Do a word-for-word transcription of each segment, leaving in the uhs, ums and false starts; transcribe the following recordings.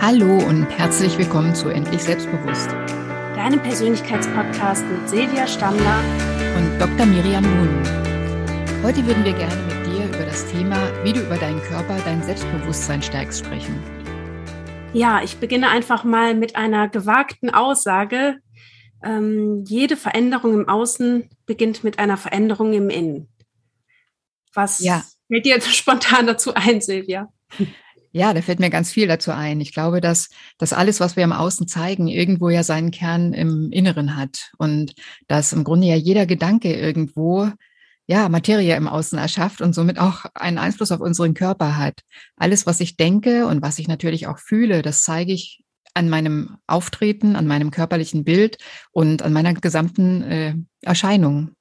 Hallo und herzlich willkommen zu Endlich Selbstbewusst, deinem Persönlichkeitspodcast mit Silvia Stammler und Doktor Miriam Nun. Heute würden wir gerne mit dir über das Thema, wie du über deinen Körper, dein Selbstbewusstsein stärkst, sprechen. Ja, ich beginne einfach mal mit einer gewagten Aussage. Ähm, jede Veränderung im Außen beginnt mit einer Veränderung im Innen. Was ja. fällt dir jetzt spontan dazu ein, Silvia? Ja, da fällt mir ganz viel dazu ein. Ich glaube, dass, dass alles, was wir im Außen zeigen, irgendwo ja seinen Kern im Inneren hat und dass im Grunde ja jeder Gedanke irgendwo ja Materie im Außen erschafft und somit auch einen Einfluss auf unseren Körper hat. Alles, was ich denke und was ich natürlich auch fühle, das zeige ich an meinem Auftreten, an meinem körperlichen Bild und an meiner gesamten äh, Erscheinung.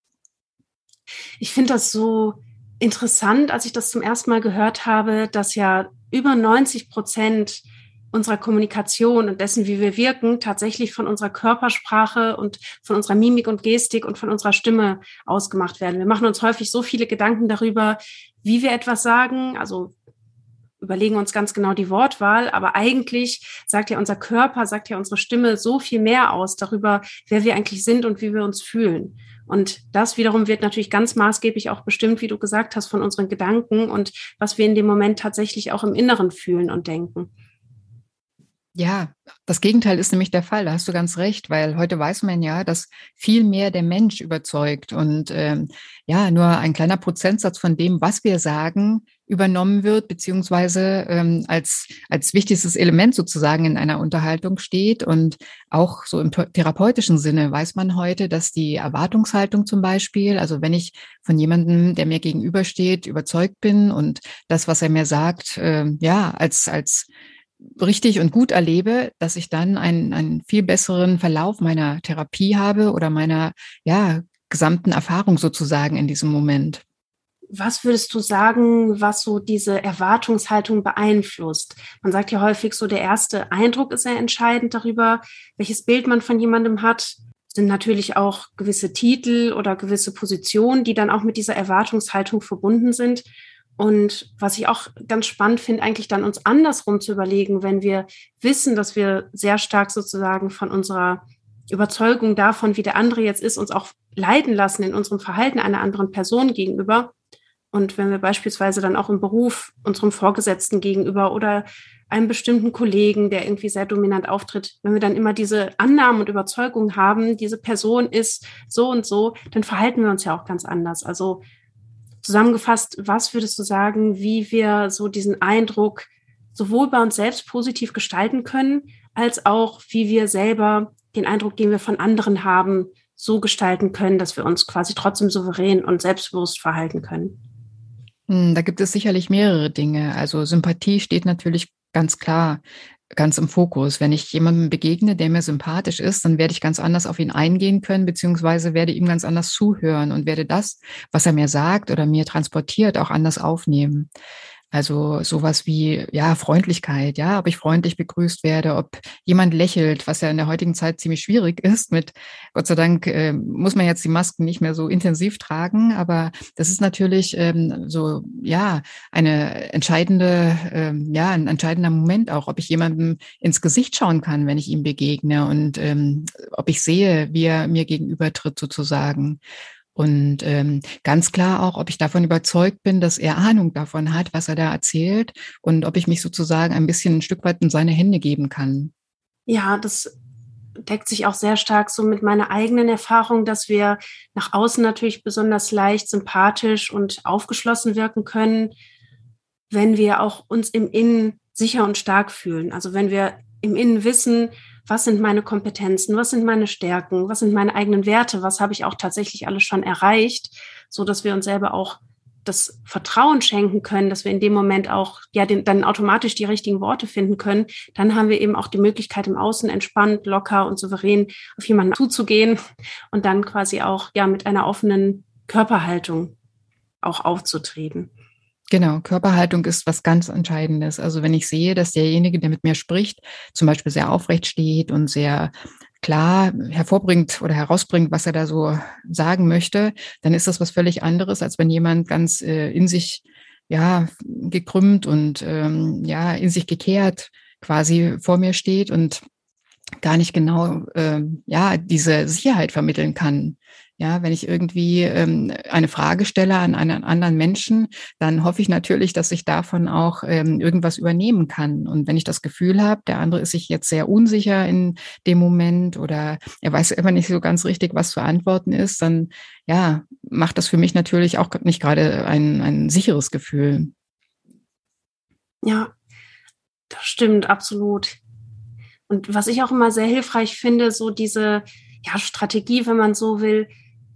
Ich finde das so interessant, als ich das zum ersten Mal gehört habe, dass ja über neunzig Prozent unserer Kommunikation und dessen, wie wir wirken, tatsächlich von unserer Körpersprache und von unserer Mimik und Gestik und von unserer Stimme ausgemacht werden. Wir machen uns häufig so viele Gedanken darüber, wie wir etwas sagen, also überlegen uns ganz genau die Wortwahl, aber eigentlich sagt ja unser Körper, sagt ja unsere Stimme so viel mehr aus darüber, wer wir eigentlich sind und wie wir uns fühlen. Und das wiederum wird natürlich ganz maßgeblich auch bestimmt, wie du gesagt hast, von unseren Gedanken und was wir in dem Moment tatsächlich auch im Inneren fühlen und denken. Ja, das Gegenteil ist nämlich der Fall, da hast du ganz recht, weil heute weiß man ja, dass viel mehr der Mensch überzeugt und ähm, ja, nur ein kleiner Prozentsatz von dem, was wir sagen, übernommen wird, beziehungsweise ähm, als, als wichtigstes Element sozusagen in einer Unterhaltung steht. Und auch so im therapeutischen Sinne weiß man heute, dass die Erwartungshaltung zum Beispiel, also wenn ich von jemandem, der mir gegenübersteht, überzeugt bin und das, was er mir sagt, äh, ja, als, als richtig und gut erlebe, dass ich dann einen, einen viel besseren Verlauf meiner Therapie habe oder meiner ja, gesamten Erfahrung sozusagen in diesem Moment. Was würdest du sagen, was so diese Erwartungshaltung beeinflusst? Man sagt ja häufig so, der erste Eindruck ist sehr entscheidend darüber, welches Bild man von jemandem hat. Es sind natürlich auch gewisse Titel oder gewisse Positionen, die dann auch mit dieser Erwartungshaltung verbunden sind. Und was ich auch ganz spannend finde, eigentlich dann uns andersrum zu überlegen, wenn wir wissen, dass wir sehr stark sozusagen von unserer Überzeugung davon, wie der andere jetzt ist, uns auch leiten lassen in unserem Verhalten einer anderen Person gegenüber. Und wenn wir beispielsweise dann auch im Beruf unserem Vorgesetzten gegenüber oder einem bestimmten Kollegen, der irgendwie sehr dominant auftritt, wenn wir dann immer diese Annahmen und Überzeugungen haben, diese Person ist so und so, dann verhalten wir uns ja auch ganz anders. Also zusammengefasst, was würdest du sagen, wie wir so diesen Eindruck sowohl bei uns selbst positiv gestalten können, als auch wie wir selber den Eindruck, den wir von anderen haben, so gestalten können, dass wir uns quasi trotzdem souverän und selbstbewusst verhalten können? Da gibt es sicherlich mehrere Dinge. Also Sympathie steht natürlich ganz klar, ganz im Fokus. Wenn ich jemandem begegne, der mir sympathisch ist, dann werde ich ganz anders auf ihn eingehen können, beziehungsweise werde ihm ganz anders zuhören und werde das, was er mir sagt oder mir transportiert, auch anders aufnehmen. Also sowas wie, ja, Freundlichkeit, ja, ob ich freundlich begrüßt werde, ob jemand lächelt, was ja in der heutigen Zeit ziemlich schwierig ist. Mit Gott sei Dank äh, muss man jetzt die Masken nicht mehr so intensiv tragen, aber das ist natürlich ähm, so, ja, eine entscheidende, ähm, ja, ein entscheidender Moment auch, ob ich jemandem ins Gesicht schauen kann, wenn ich ihm begegne und ähm, ob ich sehe, wie er mir gegenübertritt sozusagen. Und ähm, ganz klar auch, ob ich davon überzeugt bin, dass er Ahnung davon hat, was er da erzählt und ob ich mich sozusagen ein bisschen ein Stück weit in seine Hände geben kann. Ja, das deckt sich auch sehr stark so mit meiner eigenen Erfahrung, dass wir nach außen natürlich besonders leicht sympathisch und aufgeschlossen wirken können, wenn wir auch uns im Innen sicher und stark fühlen. Also wenn wir im Innen wissen, was sind meine Kompetenzen, was sind meine Stärken, was sind meine eigenen Werte, was habe ich auch tatsächlich alles schon erreicht, so dass wir uns selber auch das Vertrauen schenken können, dass wir in dem Moment auch ja den, dann automatisch die richtigen Worte finden können, dann haben wir eben auch die Möglichkeit, im Außen entspannt, locker und souverän auf jemanden zuzugehen und dann quasi auch ja mit einer offenen Körperhaltung auch aufzutreten. Genau, Körperhaltung ist was ganz Entscheidendes. Also wenn ich sehe, dass derjenige, der mit mir spricht, zum Beispiel sehr aufrecht steht und sehr klar hervorbringt oder herausbringt, was er da so sagen möchte, dann ist das was völlig anderes, als wenn jemand ganz äh, in sich ja gekrümmt und ähm, ja in sich gekehrt quasi vor mir steht und gar nicht genau, ähm, ja, diese Sicherheit vermitteln kann. Ja, wenn ich irgendwie ähm, eine Frage stelle an einen anderen Menschen, dann hoffe ich natürlich, dass ich davon auch ähm, irgendwas übernehmen kann. Und wenn ich das Gefühl habe, der andere ist sich jetzt sehr unsicher in dem Moment oder er weiß immer nicht so ganz richtig, was zu antworten ist, dann ja, macht das für mich natürlich auch nicht gerade ein, ein sicheres Gefühl. Ja, das stimmt, absolut. Und was ich auch immer sehr hilfreich finde, so diese ja, Strategie, wenn man so will,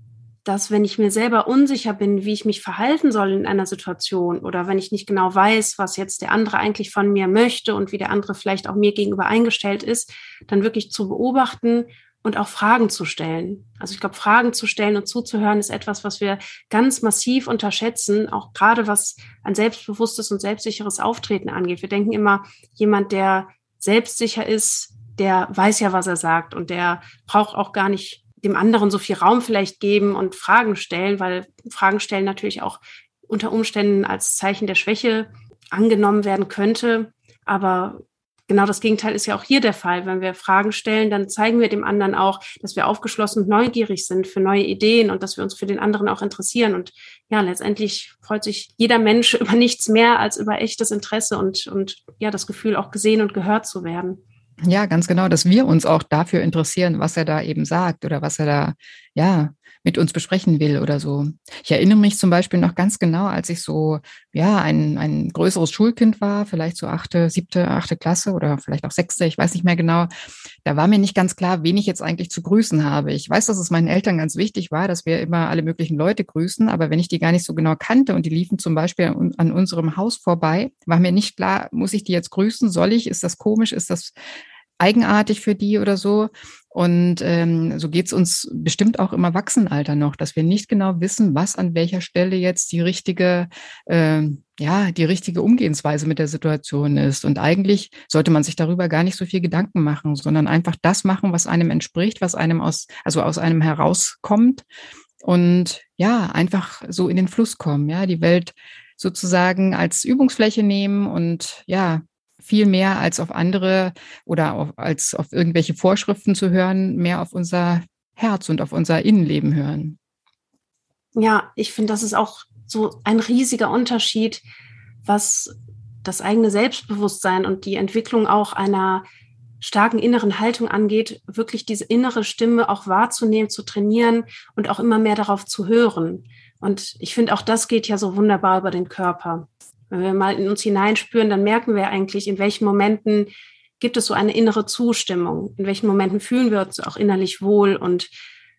dass wenn ich mir selber unsicher bin, wie ich mich verhalten soll in einer Situation oder wenn ich nicht genau weiß, was jetzt der andere eigentlich von mir möchte und wie der andere vielleicht auch mir gegenüber eingestellt ist, dann wirklich zu beobachten und auch Fragen zu stellen. Also ich glaube, Fragen zu stellen und zuzuhören ist etwas, was wir ganz massiv unterschätzen, auch gerade was ein selbstbewusstes und selbstsicheres Auftreten angeht. Wir denken immer, jemand, der selbstsicher ist, der weiß ja, was er sagt und der braucht auch gar nicht dem anderen so viel Raum vielleicht geben und Fragen stellen, weil Fragen stellen natürlich auch unter Umständen als Zeichen der Schwäche angenommen werden könnte. Aber genau das Gegenteil ist ja auch hier der Fall. Wenn wir Fragen stellen, dann zeigen wir dem anderen auch, dass wir aufgeschlossen und neugierig sind für neue Ideen und dass wir uns für den anderen auch interessieren. Und ja, letztendlich freut sich jeder Mensch über nichts mehr als über echtes Interesse und, und ja, das Gefühl, auch gesehen und gehört zu werden. Ja, ganz genau, dass wir uns auch dafür interessieren, was er da eben sagt oder was er da, ja, mit uns besprechen will oder so. Ich erinnere mich zum Beispiel noch ganz genau, als ich so, ja, ein, ein größeres Schulkind war, vielleicht so achte, siebte, achte Klasse oder vielleicht auch sechste, ich weiß nicht mehr genau. Da war mir nicht ganz klar, wen ich jetzt eigentlich zu grüßen habe. Ich weiß, dass es meinen Eltern ganz wichtig war, dass wir immer alle möglichen Leute grüßen, aber wenn ich die gar nicht so genau kannte und die liefen zum Beispiel an, an unserem Haus vorbei, war mir nicht klar, muss ich die jetzt grüßen? Soll ich? Ist das komisch? Ist das eigenartig für die oder so? Und ähm, so geht's uns bestimmt auch im Erwachsenenalter noch, dass wir nicht genau wissen, was an welcher Stelle jetzt die richtige, ähm, ja, die richtige Umgehensweise mit der Situation ist. Und eigentlich sollte man sich darüber gar nicht so viel Gedanken machen, sondern einfach das machen, was einem entspricht, was einem aus, also aus einem herauskommt und ja, einfach so in den Fluss kommen, ja, die Welt sozusagen als Übungsfläche nehmen und ja, viel mehr als auf andere oder auf, als auf irgendwelche Vorschriften zu hören, mehr auf unser Herz und auf unser Innenleben hören. Ja, ich finde, das ist auch so ein riesiger Unterschied, was das eigene Selbstbewusstsein und die Entwicklung auch einer starken inneren Haltung angeht, wirklich diese innere Stimme auch wahrzunehmen, zu trainieren und auch immer mehr darauf zu hören. Und ich finde, auch das geht ja so wunderbar über den Körper. Wenn wir mal in uns hineinspüren, dann merken wir eigentlich, in welchen Momenten gibt es so eine innere Zustimmung, in welchen Momenten fühlen wir uns auch innerlich wohl und,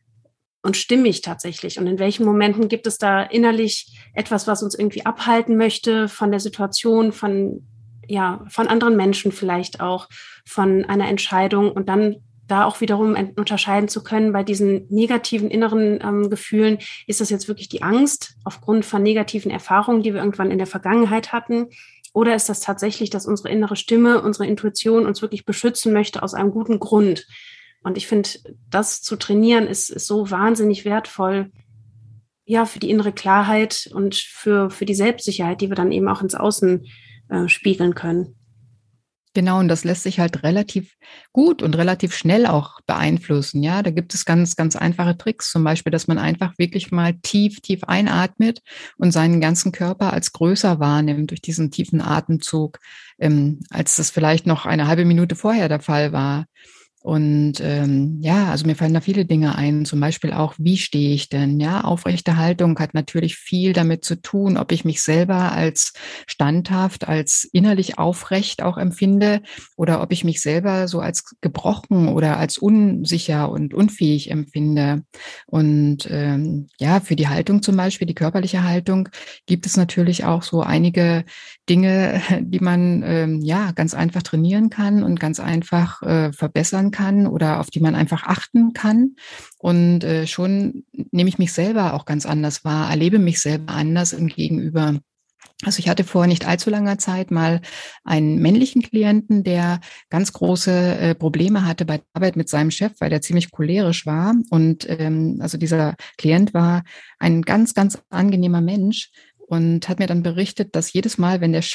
und stimmig tatsächlich und in welchen Momenten gibt es da innerlich etwas, was uns irgendwie abhalten möchte von der Situation, von, ja, von anderen Menschen vielleicht auch, von einer Entscheidung und dann da auch wiederum unterscheiden zu können, bei diesen negativen inneren ähm, Gefühlen, ist das jetzt wirklich die Angst aufgrund von negativen Erfahrungen, die wir irgendwann in der Vergangenheit hatten, oder ist das tatsächlich, dass unsere innere Stimme, unsere Intuition uns wirklich beschützen möchte aus einem guten Grund? Und ich finde, das zu trainieren ist, ist so wahnsinnig wertvoll, ja, für die innere Klarheit und für, für die Selbstsicherheit, die wir dann eben auch ins Außen äh, spiegeln können. Genau, und das lässt sich halt relativ gut und relativ schnell auch beeinflussen. Ja, da gibt es ganz, ganz einfache Tricks. Zum Beispiel, dass man einfach wirklich mal tief, tief einatmet und seinen ganzen Körper als größer wahrnimmt durch diesen tiefen Atemzug, ähm, als das vielleicht noch eine halbe Minute vorher der Fall war. Und ähm, ja, also mir fallen da viele Dinge ein, zum Beispiel auch, wie stehe ich denn? Ja, aufrechte Haltung hat natürlich viel damit zu tun, ob ich mich selber als standhaft, als innerlich aufrecht auch empfinde oder ob ich mich selber so als gebrochen oder als unsicher und unfähig empfinde. Und ähm, ja, für die Haltung zum Beispiel, die körperliche Haltung, gibt es natürlich auch so einige Dinge, die man ähm, ja ganz einfach trainieren kann und ganz einfach äh, verbessern kann oder auf die man einfach achten kann. Und äh, schon nehme ich mich selber auch ganz anders wahr, erlebe mich selber anders im Gegenüber. Also ich hatte vor nicht allzu langer Zeit mal einen männlichen Klienten, der ganz große äh, Probleme hatte bei der Arbeit mit seinem Chef, weil der ziemlich cholerisch war. Und ähm, also dieser Klient war ein ganz, ganz angenehmer Mensch und hat mir dann berichtet, dass jedes Mal, wenn der Chef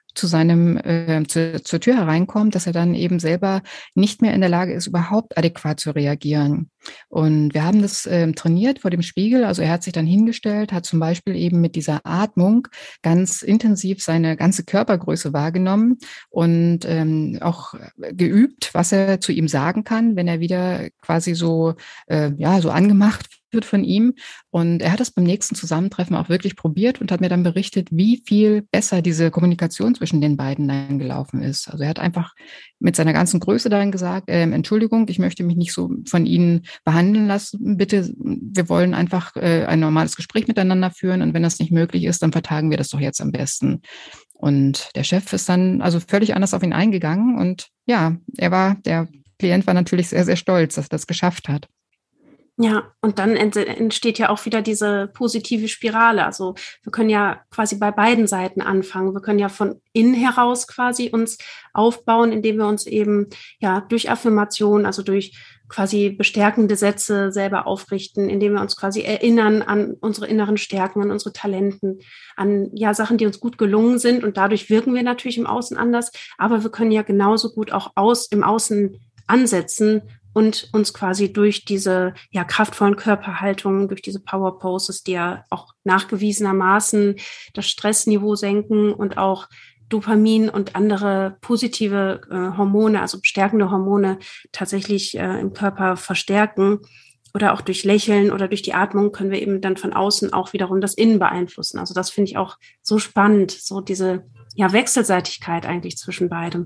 zu seinem, äh, zu, zur Tür hereinkommt, dass er dann eben selber nicht mehr in der Lage ist, überhaupt adäquat zu reagieren. Und wir haben das äh, trainiert vor dem Spiegel. Also er hat sich dann hingestellt, hat zum Beispiel eben mit dieser Atmung ganz intensiv seine ganze Körpergröße wahrgenommen und ähm, auch geübt, was er zu ihm sagen kann, wenn er wieder quasi so, äh, ja, so angemacht wird von ihm. Und er hat das beim nächsten Zusammentreffen auch wirklich probiert und hat mir dann berichtet, wie viel besser diese Kommunikation zwischen den beiden dann gelaufen ist. Also er hat einfach mit seiner ganzen Größe dann gesagt, äh, Entschuldigung, ich möchte mich nicht so von Ihnen behandeln lassen. Bitte, wir wollen einfach äh, ein normales Gespräch miteinander führen. Und wenn das nicht möglich ist, dann vertagen wir das doch jetzt am besten. Und der Chef ist dann also völlig anders auf ihn eingegangen. Und ja, er war, der Klient war natürlich sehr, sehr stolz, dass er das geschafft hat. Ja, und dann entsteht ja auch wieder diese positive Spirale. Also wir können ja quasi bei beiden Seiten anfangen. Wir können ja von innen heraus quasi uns aufbauen, indem wir uns eben ja durch Affirmation, also durch quasi bestärkende Sätze selber aufrichten, indem wir uns quasi erinnern an unsere inneren Stärken, an unsere Talenten, an ja Sachen, die uns gut gelungen sind. Und dadurch wirken wir natürlich im Außen anders. Aber wir können ja genauso gut auch aus, im Außen ansetzen und uns quasi durch diese ja kraftvollen Körperhaltungen, durch diese Power Poses, die ja auch nachgewiesenermaßen das Stressniveau senken und auch Dopamin und andere positive äh, Hormone, also bestärkende Hormone tatsächlich äh, im Körper verstärken. Oder auch durch Lächeln oder durch die Atmung können wir eben dann von außen auch wiederum das Innen beeinflussen. Also das finde ich auch so spannend, so diese ja Wechselseitigkeit eigentlich zwischen beidem.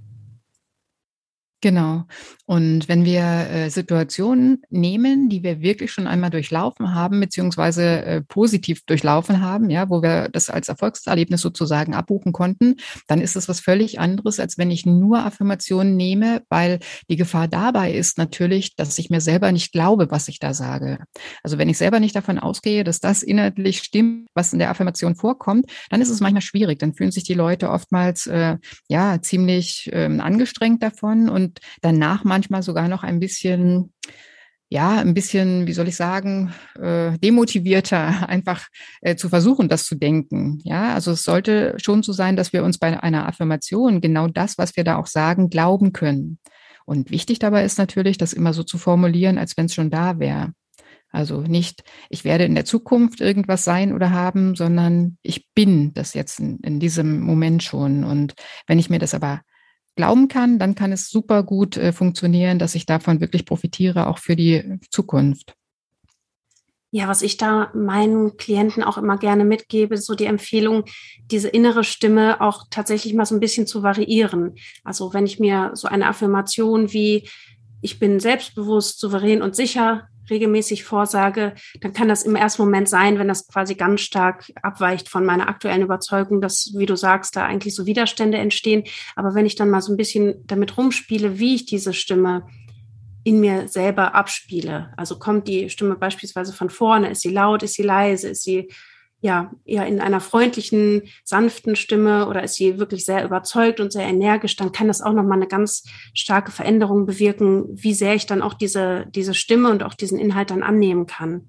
Genau. Und wenn wir äh, Situationen nehmen, die wir wirklich schon einmal durchlaufen haben, beziehungsweise äh, positiv durchlaufen haben, ja, wo wir das als Erfolgserlebnis sozusagen abbuchen konnten, dann ist es was völlig anderes, als wenn ich nur Affirmationen nehme, weil die Gefahr dabei ist natürlich, dass ich mir selber nicht glaube, was ich da sage. Also wenn ich selber nicht davon ausgehe, dass das inhaltlich stimmt, was in der Affirmation vorkommt, dann ist es manchmal schwierig. Dann fühlen sich die Leute oftmals äh, ja ziemlich äh, angestrengt davon und danach manchmal sogar noch ein bisschen, ja, ein bisschen, wie soll ich sagen, äh, demotivierter, einfach äh, zu versuchen, das zu denken. Ja, also es sollte schon so sein, dass wir uns bei einer Affirmation genau das, was wir da auch sagen, glauben können. Und wichtig dabei ist natürlich, das immer so zu formulieren, als wenn es schon da wäre. Also nicht, ich werde in der Zukunft irgendwas sein oder haben, sondern ich bin das jetzt in, in diesem Moment schon. Und wenn ich mir das aber glauben kann, dann kann es super gut äh, funktionieren, dass ich davon wirklich profitiere, auch für die Zukunft. Ja, was ich da meinen Klienten auch immer gerne mitgebe, so die Empfehlung, diese innere Stimme auch tatsächlich mal so ein bisschen zu variieren. Also wenn ich mir so eine Affirmation wie ich bin selbstbewusst, souverän und sicher regelmäßig vorsage, dann kann das im ersten Moment sein, wenn das quasi ganz stark abweicht von meiner aktuellen Überzeugung, dass, wie du sagst, da eigentlich so Widerstände entstehen. Aber wenn ich dann mal so ein bisschen damit rumspiele, wie ich diese Stimme in mir selber abspiele, also kommt die Stimme beispielsweise von vorne, ist sie laut, ist sie leise, ist sie ja eher in einer freundlichen, sanften Stimme oder ist sie wirklich sehr überzeugt und sehr energisch, dann kann das auch nochmal eine ganz starke Veränderung bewirken, wie sehr ich dann auch diese, diese Stimme und auch diesen Inhalt dann annehmen kann.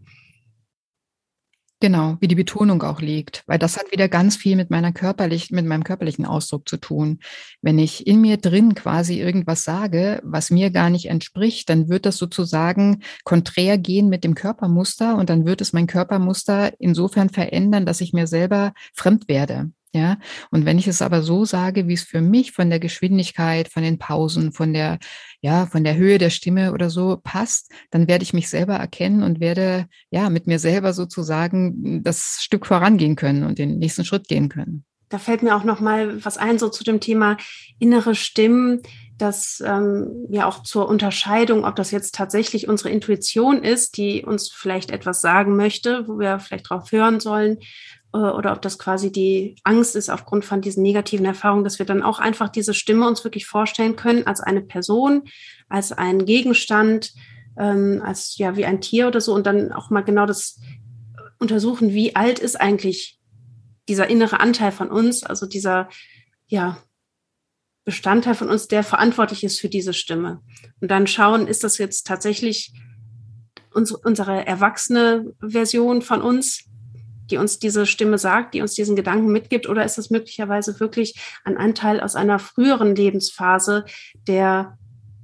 Genau, wie die Betonung auch liegt, weil das hat wieder ganz viel mit meiner körperlich, mit meinem körperlichen Ausdruck zu tun. Wenn ich in mir drin quasi irgendwas sage, was mir gar nicht entspricht, dann wird das sozusagen konträr gehen mit dem Körpermuster und dann wird es mein Körpermuster insofern verändern, dass ich mir selber fremd werde. Ja, und wenn ich es aber so sage, wie es für mich von der Geschwindigkeit, von den Pausen, von der, ja, von der Höhe der Stimme oder so passt, dann werde ich mich selber erkennen und werde, ja, mit mir selber sozusagen das Stück vorangehen können und den nächsten Schritt gehen können. Da fällt mir auch noch mal was ein, so zu dem Thema innere Stimmen, dass ähm, ja auch zur Unterscheidung, ob das jetzt tatsächlich unsere Intuition ist, die uns vielleicht etwas sagen möchte, wo wir vielleicht drauf hören sollen, oder ob das quasi die Angst ist aufgrund von diesen negativen Erfahrungen, dass wir dann auch einfach diese Stimme uns wirklich vorstellen können als eine Person, als einen Gegenstand, ähm, als ja wie ein Tier oder so und dann auch mal genau das untersuchen, wie alt ist eigentlich dieser innere Anteil von uns, also dieser ja Bestandteil von uns, der verantwortlich ist für diese Stimme. Und dann schauen, ist das jetzt tatsächlich unsere, unsere erwachsene Version von uns, die uns diese Stimme sagt, die uns diesen Gedanken mitgibt, oder ist es möglicherweise wirklich ein Anteil aus einer früheren Lebensphase, der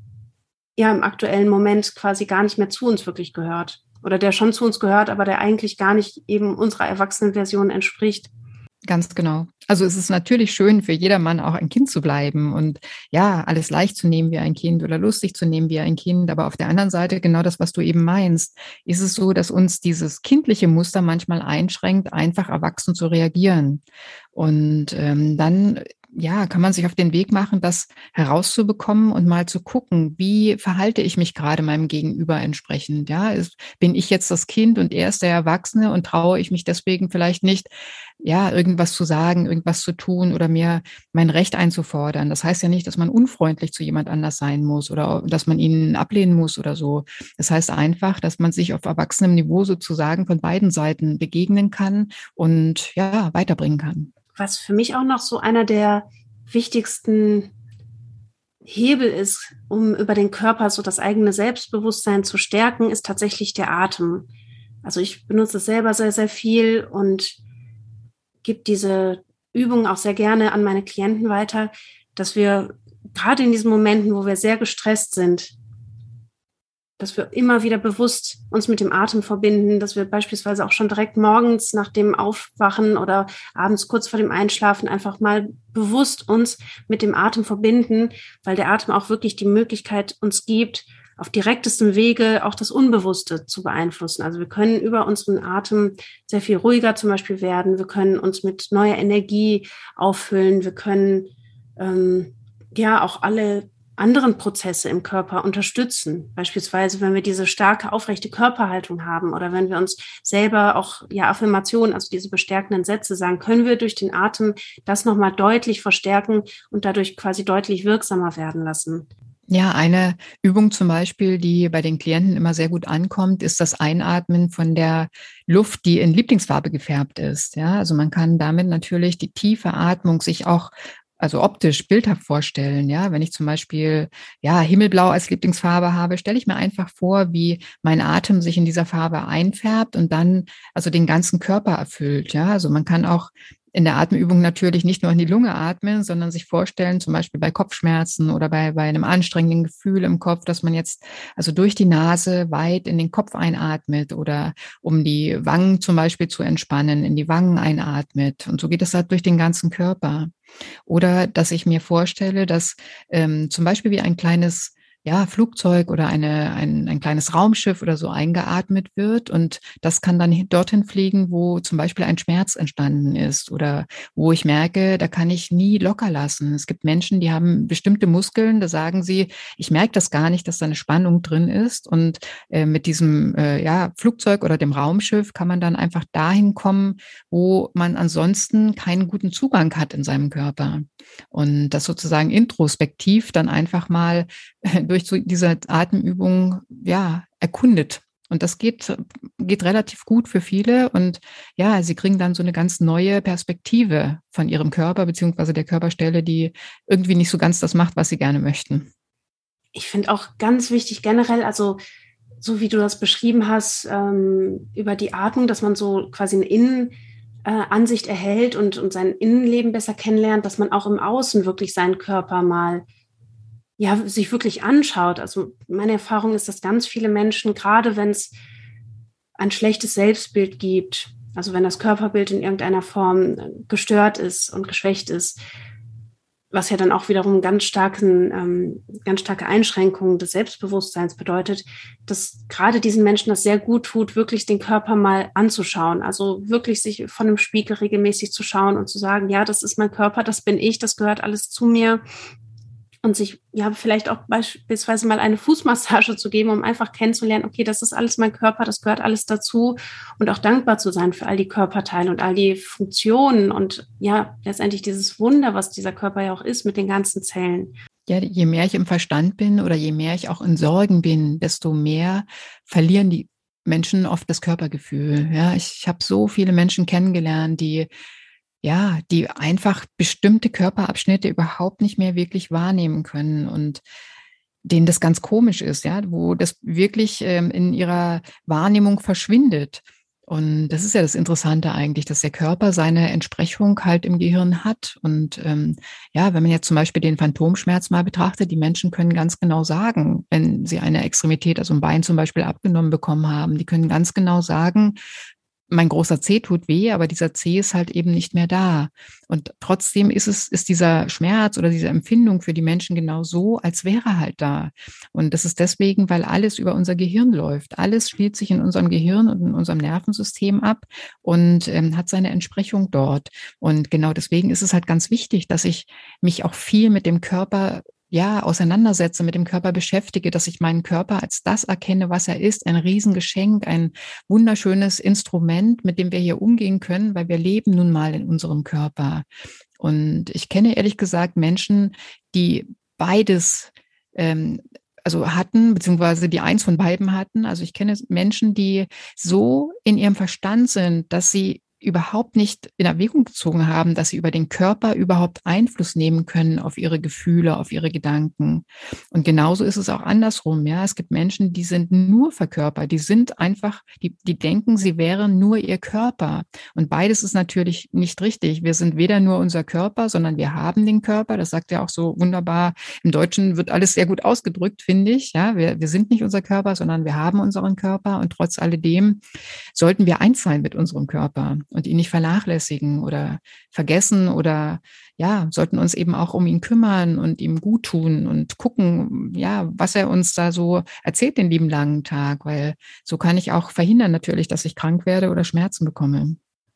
ja im aktuellen Moment quasi gar nicht mehr zu uns wirklich gehört oder der schon zu uns gehört, aber der eigentlich gar nicht eben unserer Erwachsenenversion entspricht? Ganz genau. Also es ist natürlich schön für jedermann auch ein Kind zu bleiben und ja, alles leicht zu nehmen wie ein Kind oder lustig zu nehmen wie ein Kind. Aber auf der anderen Seite genau das, was du eben meinst, ist es so, dass uns dieses kindliche Muster manchmal einschränkt, einfach erwachsen zu reagieren. Und ähm, dann ja, kann man sich auf den Weg machen, das herauszubekommen und mal zu gucken, wie verhalte ich mich gerade meinem Gegenüber entsprechend? Ja, ist, bin ich jetzt das Kind und er ist der Erwachsene und traue ich mich deswegen vielleicht nicht, ja, irgendwas zu sagen, irgendwas zu tun oder mir mein Recht einzufordern. Das heißt ja nicht, dass man unfreundlich zu jemand anders sein muss oder dass man ihn ablehnen muss oder so. Das heißt einfach, dass man sich auf erwachsenem Niveau sozusagen von beiden Seiten begegnen kann und ja, weiterbringen kann. Was für mich auch noch so einer der wichtigsten Hebel ist, um über den Körper so das eigene Selbstbewusstsein zu stärken, ist tatsächlich der Atem. Also ich benutze es selber sehr, sehr viel und gebe diese Übungen auch sehr gerne an meine Klienten weiter, dass wir gerade in diesen Momenten, wo wir sehr gestresst sind, dass wir immer wieder bewusst uns mit dem Atem verbinden, dass wir beispielsweise auch schon direkt morgens nach dem Aufwachen oder abends kurz vor dem Einschlafen einfach mal bewusst uns mit dem Atem verbinden, weil der Atem auch wirklich die Möglichkeit uns gibt, auf direktestem Wege auch das Unbewusste zu beeinflussen. Also wir können über unseren Atem sehr viel ruhiger zum Beispiel werden. Wir können uns mit neuer Energie auffüllen. Wir können ähm, ja auch alle anderen Prozesse im Körper unterstützen. Beispielsweise, wenn wir diese starke, aufrechte Körperhaltung haben oder wenn wir uns selber auch ja Affirmationen, also diese bestärkenden Sätze sagen, können wir durch den Atem das nochmal deutlich verstärken und dadurch quasi deutlich wirksamer werden lassen. Ja, eine Übung zum Beispiel, die bei den Klienten immer sehr gut ankommt, ist das Einatmen von der Luft, die in Lieblingsfarbe gefärbt ist. Ja, also man kann damit natürlich die tiefe Atmung sich auch also optisch bildhaft vorstellen. Ja, wenn ich zum Beispiel ja Himmelblau als Lieblingsfarbe habe, stelle ich mir einfach vor, wie mein Atem sich in dieser Farbe einfärbt und dann also den ganzen Körper erfüllt. Ja, also man kann auch in der Atemübung natürlich nicht nur in die Lunge atmen, sondern sich vorstellen, zum Beispiel bei Kopfschmerzen oder bei, bei einem anstrengenden Gefühl im Kopf, dass man jetzt also durch die Nase weit in den Kopf einatmet oder um die Wangen zum Beispiel zu entspannen, in die Wangen einatmet. Und so geht es halt durch den ganzen Körper. Oder dass ich mir vorstelle, dass ähm, zum Beispiel wie ein kleines ja, Flugzeug oder eine, ein, ein kleines Raumschiff oder so eingeatmet wird. Und das kann dann dorthin fliegen, wo zum Beispiel ein Schmerz entstanden ist oder wo ich merke, da kann ich nie locker lassen. Es gibt Menschen, die haben bestimmte Muskeln, da sagen sie, ich merke das gar nicht, dass da eine Spannung drin ist. Und äh, mit diesem äh, ja, Flugzeug oder dem Raumschiff kann man dann einfach dahin kommen, wo man ansonsten keinen guten Zugang hat in seinem Körper. Und das sozusagen introspektiv dann einfach mal durch so diese Atemübung ja erkundet. Und das geht, geht relativ gut für viele. Und ja, sie kriegen dann so eine ganz neue Perspektive von ihrem Körper, beziehungsweise der Körperstelle, die irgendwie nicht so ganz das macht, was sie gerne möchten. Ich finde auch ganz wichtig generell, also so wie du das beschrieben hast, ähm, über die Atmung, dass man so quasi eine Innenansicht äh, erhält und, und sein Innenleben besser kennenlernt, dass man auch im Außen wirklich seinen Körper mal ja, sich wirklich anschaut. Also meine Erfahrung ist, dass ganz viele Menschen, gerade wenn es ein schlechtes Selbstbild gibt, also wenn das Körperbild in irgendeiner Form gestört ist und geschwächt ist, was ja dann auch wiederum ganz starken, ähm, ganz starke Einschränkungen des Selbstbewusstseins bedeutet, dass gerade diesen Menschen das sehr gut tut, wirklich den Körper mal anzuschauen. Also wirklich sich von dem Spiegel regelmäßig zu schauen und zu sagen, ja, das ist mein Körper, das bin ich, das gehört alles zu mir. Und sich ja vielleicht auch beispielsweise mal eine Fußmassage zu geben, um einfach kennenzulernen, okay, das ist alles mein Körper, das gehört alles dazu und auch dankbar zu sein für all die Körperteile und all die Funktionen und ja, letztendlich dieses Wunder, was dieser Körper ja auch ist mit den ganzen Zellen. Ja, je mehr ich im Verstand bin oder je mehr ich auch in Sorgen bin, desto mehr verlieren die Menschen oft das Körpergefühl. Ja, ich, ich habe so viele Menschen kennengelernt, die ja, die einfach bestimmte Körperabschnitte überhaupt nicht mehr wirklich wahrnehmen können und denen das ganz komisch ist, ja, wo das wirklich ähm, in ihrer Wahrnehmung verschwindet. Und das ist ja das Interessante eigentlich, dass der Körper seine Entsprechung halt im Gehirn hat. Und ähm, ja, wenn man jetzt zum Beispiel den Phantomschmerz mal betrachtet, die Menschen können ganz genau sagen, wenn sie eine Extremität, also ein Bein zum Beispiel abgenommen bekommen haben, die können ganz genau sagen, mein großer Zeh tut weh, aber dieser Zeh ist halt eben nicht mehr da. Und trotzdem ist es, ist dieser Schmerz oder diese Empfindung für die Menschen genau so, als wäre er halt da. Und das ist deswegen, weil alles über unser Gehirn läuft. Alles spielt sich in unserem Gehirn und in unserem Nervensystem ab und ähm, hat seine Entsprechung dort. Und genau deswegen ist es halt ganz wichtig, dass ich mich auch viel mit dem Körper ja, auseinandersetze, mit dem Körper beschäftige, dass ich meinen Körper als das erkenne, was er ist, ein Riesengeschenk, ein wunderschönes Instrument, mit dem wir hier umgehen können, weil wir leben nun mal in unserem Körper. Und ich kenne ehrlich gesagt Menschen, die beides ähm, also hatten, beziehungsweise die eins von beiden hatten. Also ich kenne Menschen, die so in ihrem Verstand sind, dass sie überhaupt nicht in Erwägung gezogen haben, dass sie über den Körper überhaupt Einfluss nehmen können auf ihre Gefühle, auf ihre Gedanken. Und genauso ist es auch andersrum. Ja, es gibt Menschen, die sind nur verkörpert, die sind einfach, die, die denken, sie wären nur ihr Körper. Und beides ist natürlich nicht richtig. Wir sind weder nur unser Körper, sondern wir haben den Körper. Das sagt ja auch so wunderbar. Im Deutschen wird alles sehr gut ausgedrückt, finde ich. Ja, wir, wir sind nicht unser Körper, sondern wir haben unseren Körper. Und trotz alledem sollten wir eins sein mit unserem Körper und ihn nicht vernachlässigen oder vergessen oder ja, sollten uns eben auch um ihn kümmern und ihm gut tun und gucken, ja, was er uns da so erzählt den lieben langen Tag, weil so kann ich auch verhindern natürlich, dass ich krank werde oder Schmerzen bekomme.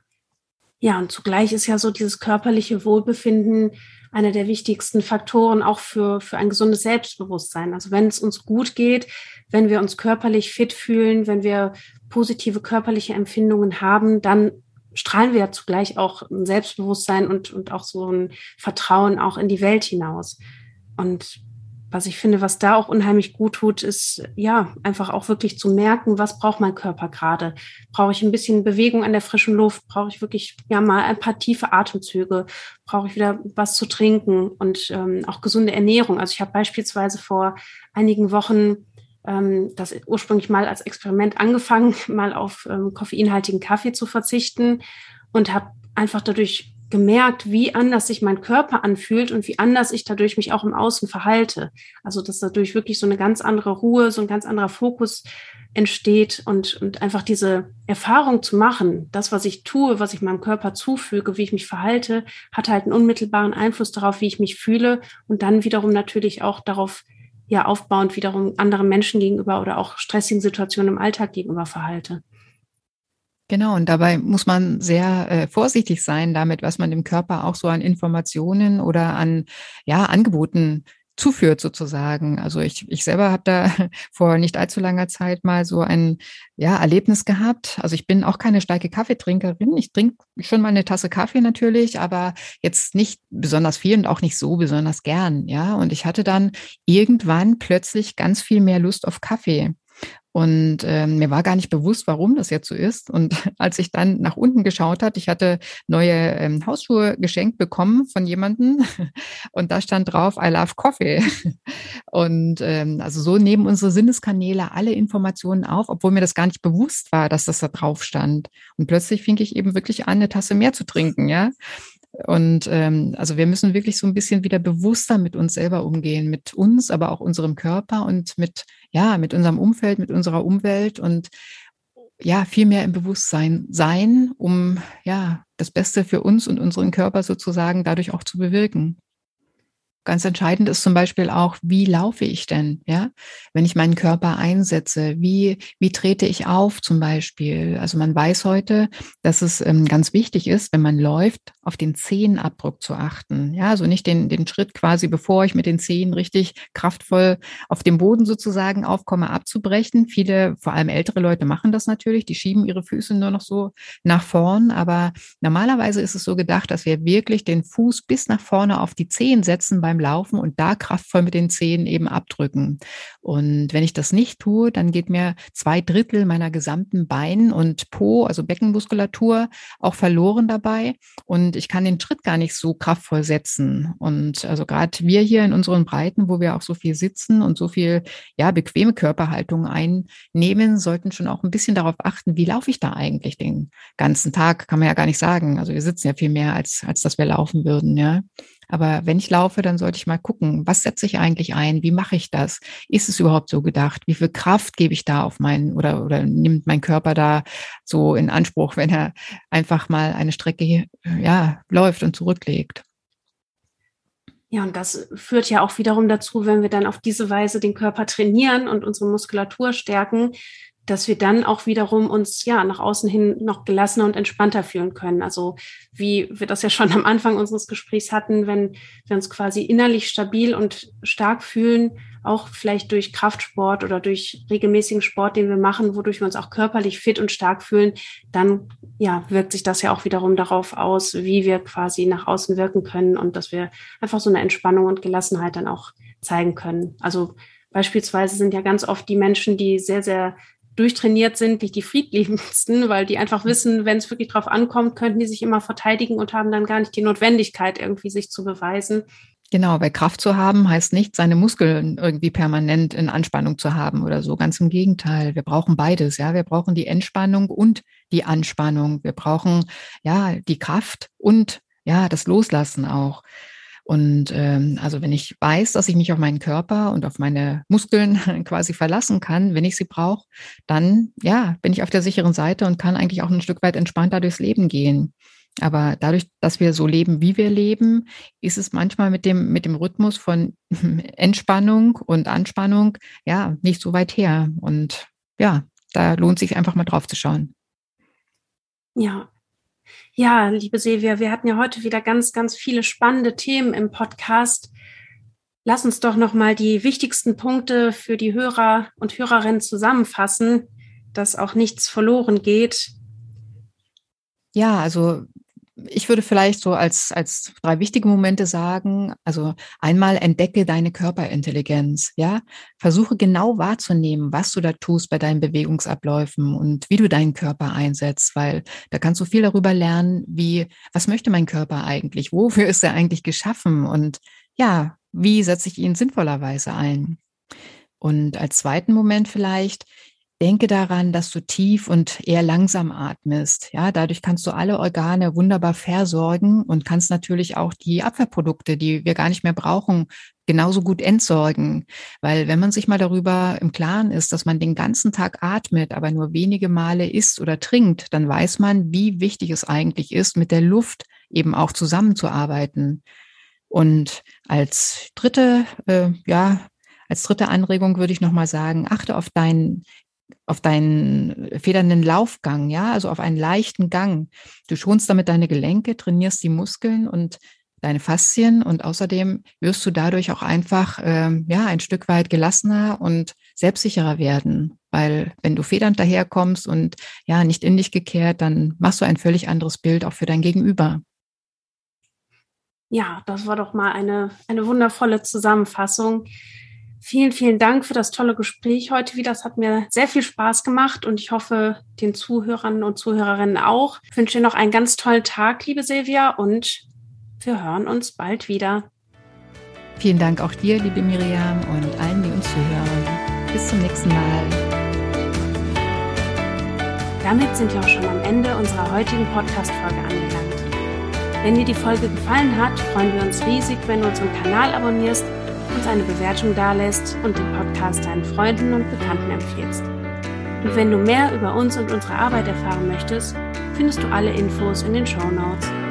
Ja, und zugleich ist ja so dieses körperliche Wohlbefinden einer der wichtigsten Faktoren auch für, für ein gesundes Selbstbewusstsein. Also wenn es uns gut geht, wenn wir uns körperlich fit fühlen, wenn wir positive körperliche Empfindungen haben, dann strahlen wir ja zugleich auch ein Selbstbewusstsein und, und auch so ein Vertrauen auch in die Welt hinaus. Und was ich finde, was da auch unheimlich gut tut, ist ja einfach auch wirklich zu merken, was braucht mein Körper gerade? Brauche ich ein bisschen Bewegung an der frischen Luft? Brauche ich wirklich ja mal ein paar tiefe Atemzüge? Brauche ich wieder was zu trinken und ähm, auch gesunde Ernährung? Also ich habe beispielsweise vor einigen Wochen ähm, das ursprünglich mal als Experiment angefangen, mal auf ähm, koffeinhaltigen Kaffee zu verzichten und habe einfach dadurch gemerkt, wie anders sich mein Körper anfühlt und wie anders ich dadurch mich auch im Außen verhalte. Also dass dadurch wirklich so eine ganz andere Ruhe, so ein ganz anderer Fokus entsteht und, und einfach diese Erfahrung zu machen, das, was ich tue, was ich meinem Körper zufüge, wie ich mich verhalte, hat halt einen unmittelbaren Einfluss darauf, wie ich mich fühle und dann wiederum natürlich auch darauf, ja, aufbauend wiederum anderen Menschen gegenüber oder auch stressigen Situationen im Alltag gegenüber verhalte. Genau, und dabei muss man sehr äh, vorsichtig sein damit, was man dem Körper auch so an Informationen oder an ja, Angeboten zuführt sozusagen. Also ich, ich selber habe da vor nicht allzu langer Zeit mal so ein ja, Erlebnis gehabt. Also ich bin auch keine starke Kaffeetrinkerin. Ich trinke schon mal eine Tasse Kaffee natürlich, aber jetzt nicht besonders viel und auch nicht so besonders gern. Ja, und ich hatte dann irgendwann plötzlich ganz viel mehr Lust auf Kaffee. Und ähm, mir war gar nicht bewusst, warum das jetzt so ist. Und als ich dann nach unten geschaut hat, ich hatte neue ähm, Hausschuhe geschenkt bekommen von jemandem und da stand drauf, I love coffee. Und ähm, also so nehmen unsere Sinneskanäle alle Informationen auf, obwohl mir das gar nicht bewusst war, dass das da drauf stand. Und plötzlich fing ich eben wirklich an, eine Tasse mehr zu trinken, ja. Und ähm, also wir müssen wirklich so ein bisschen wieder bewusster mit uns selber umgehen, mit uns, aber auch unserem Körper und mit, ja, mit unserem Umfeld, mit unserer Umwelt und ja, viel mehr im Bewusstsein sein, um ja das Beste für uns und unseren Körper sozusagen dadurch auch zu bewirken. Ganz entscheidend ist zum Beispiel auch, wie laufe ich denn, ja, wenn ich meinen Körper einsetze, wie, wie trete ich auf zum Beispiel. Also man weiß heute, dass es ähm, ganz wichtig ist, wenn man läuft, auf den Zehenabdruck zu achten. Ja, also nicht den, den Schritt quasi, bevor ich mit den Zehen richtig kraftvoll auf dem Boden sozusagen aufkomme, abzubrechen. Viele, vor allem ältere Leute machen das natürlich, die schieben ihre Füße nur noch so nach vorn. Aber normalerweise ist es so gedacht, dass wir wirklich den Fuß bis nach vorne auf die Zehen setzen beim beim Laufen und da kraftvoll mit den Zehen eben abdrücken. Und wenn ich das nicht tue, dann geht mir zwei Drittel meiner gesamten Bein- und Po, also Beckenmuskulatur, auch verloren dabei. Und ich kann den Schritt gar nicht so kraftvoll setzen. Und also gerade wir hier in unseren Breiten, wo wir auch so viel sitzen und so viel, ja, bequeme Körperhaltung einnehmen, sollten schon auch ein bisschen darauf achten, wie laufe ich da eigentlich den ganzen Tag, kann man ja gar nicht sagen. Also wir sitzen ja viel mehr, als, als dass wir laufen würden, ja. Aber wenn ich laufe, dann sollte ich mal gucken, was setze ich eigentlich ein? Wie mache ich das? Ist es überhaupt so gedacht? Wie viel Kraft gebe ich da auf meinen oder, oder nimmt mein Körper da so in Anspruch, wenn er einfach mal eine Strecke, ja, läuft und zurücklegt? Ja, und das führt ja auch wiederum dazu, wenn wir dann auf diese Weise den Körper trainieren und unsere Muskulatur stärken, dass wir dann auch wiederum uns ja nach außen hin noch gelassener und entspannter fühlen können. Also wie wir das ja schon am Anfang unseres Gesprächs hatten, wenn wir uns quasi innerlich stabil und stark fühlen, auch vielleicht durch Kraftsport oder durch regelmäßigen Sport, den wir machen, wodurch wir uns auch körperlich fit und stark fühlen, dann ja wirkt sich das ja auch wiederum darauf aus, wie wir quasi nach außen wirken können und dass wir einfach so eine Entspannung und Gelassenheit dann auch zeigen können. Also beispielsweise sind ja ganz oft die Menschen, die sehr, sehr durchtrainiert sind, wie die friedliebendsten, weil die einfach wissen, wenn es wirklich drauf ankommt, könnten die sich immer verteidigen und haben dann gar nicht die Notwendigkeit, irgendwie sich zu beweisen. Genau, weil Kraft zu haben heißt nicht, seine Muskeln irgendwie permanent in Anspannung zu haben oder so. Ganz im Gegenteil. Wir brauchen beides, ja. Wir brauchen die Entspannung und die Anspannung. Wir brauchen, ja, die Kraft und, ja, das Loslassen auch. Und ähm, also wenn ich weiß, dass ich mich auf meinen Körper und auf meine Muskeln quasi verlassen kann, wenn ich sie brauche, dann ja, bin ich auf der sicheren Seite und kann eigentlich auch ein Stück weit entspannter durchs Leben gehen. Aber dadurch, dass wir so leben, wie wir leben, ist es manchmal mit dem, mit dem Rhythmus von Entspannung und Anspannung ja nicht so weit her. Und ja, da lohnt sich einfach mal drauf zu schauen. Ja. Ja, liebe Silvia, wir hatten ja heute wieder ganz, ganz viele spannende Themen im Podcast. Lass uns doch nochmal die wichtigsten Punkte für die Hörer und Hörerinnen zusammenfassen, dass auch nichts verloren geht. Ja, also ich würde vielleicht so als, als drei wichtige Momente sagen, also einmal entdecke deine Körperintelligenz, ja. Versuche genau wahrzunehmen, was du da tust bei deinen Bewegungsabläufen und wie du deinen Körper einsetzt, weil da kannst du viel darüber lernen, wie, was möchte mein Körper eigentlich? Wofür ist er eigentlich geschaffen? Und ja, wie setze ich ihn sinnvollerweise ein? Und als zweiten Moment vielleicht, denke daran, dass du tief und eher langsam atmest. Ja, dadurch kannst du alle Organe wunderbar versorgen und kannst natürlich auch die Abwehrprodukte, die wir gar nicht mehr brauchen, genauso gut entsorgen. Weil wenn man sich mal darüber im Klaren ist, dass man den ganzen Tag atmet, aber nur wenige Male isst oder trinkt, dann weiß man, wie wichtig es eigentlich ist, mit der Luft eben auch zusammenzuarbeiten. Und als dritte, äh, ja, als dritte Anregung würde ich nochmal sagen, achte auf deinen auf deinen federnden Laufgang, ja, also auf einen leichten Gang. Du schonst damit deine Gelenke, trainierst die Muskeln und deine Faszien und außerdem wirst du dadurch auch einfach, ähm, ja, ein Stück weit gelassener und selbstsicherer werden, weil wenn du federnd daherkommst und ja, nicht in dich gekehrt, dann machst du ein völlig anderes Bild auch für dein Gegenüber. Ja, das war doch mal eine, eine wundervolle Zusammenfassung. Vielen, vielen Dank für das tolle Gespräch heute wieder. Das hat mir sehr viel Spaß gemacht und ich hoffe, den Zuhörern und Zuhörerinnen auch. Ich wünsche dir noch einen ganz tollen Tag, liebe Silvia, und wir hören uns bald wieder. Vielen Dank auch dir, liebe Miriam, und allen, die uns zuhören. Bis zum nächsten Mal. Damit sind wir auch schon am Ende unserer heutigen Podcast-Folge angelangt. Wenn dir die Folge gefallen hat, freuen wir uns riesig, wenn du unseren Kanal abonnierst, uns eine Bewertung dalässt und den Podcast deinen Freunden und Bekannten empfiehlst. Und wenn du mehr über uns und unsere Arbeit erfahren möchtest, findest du alle Infos in den Shownotes.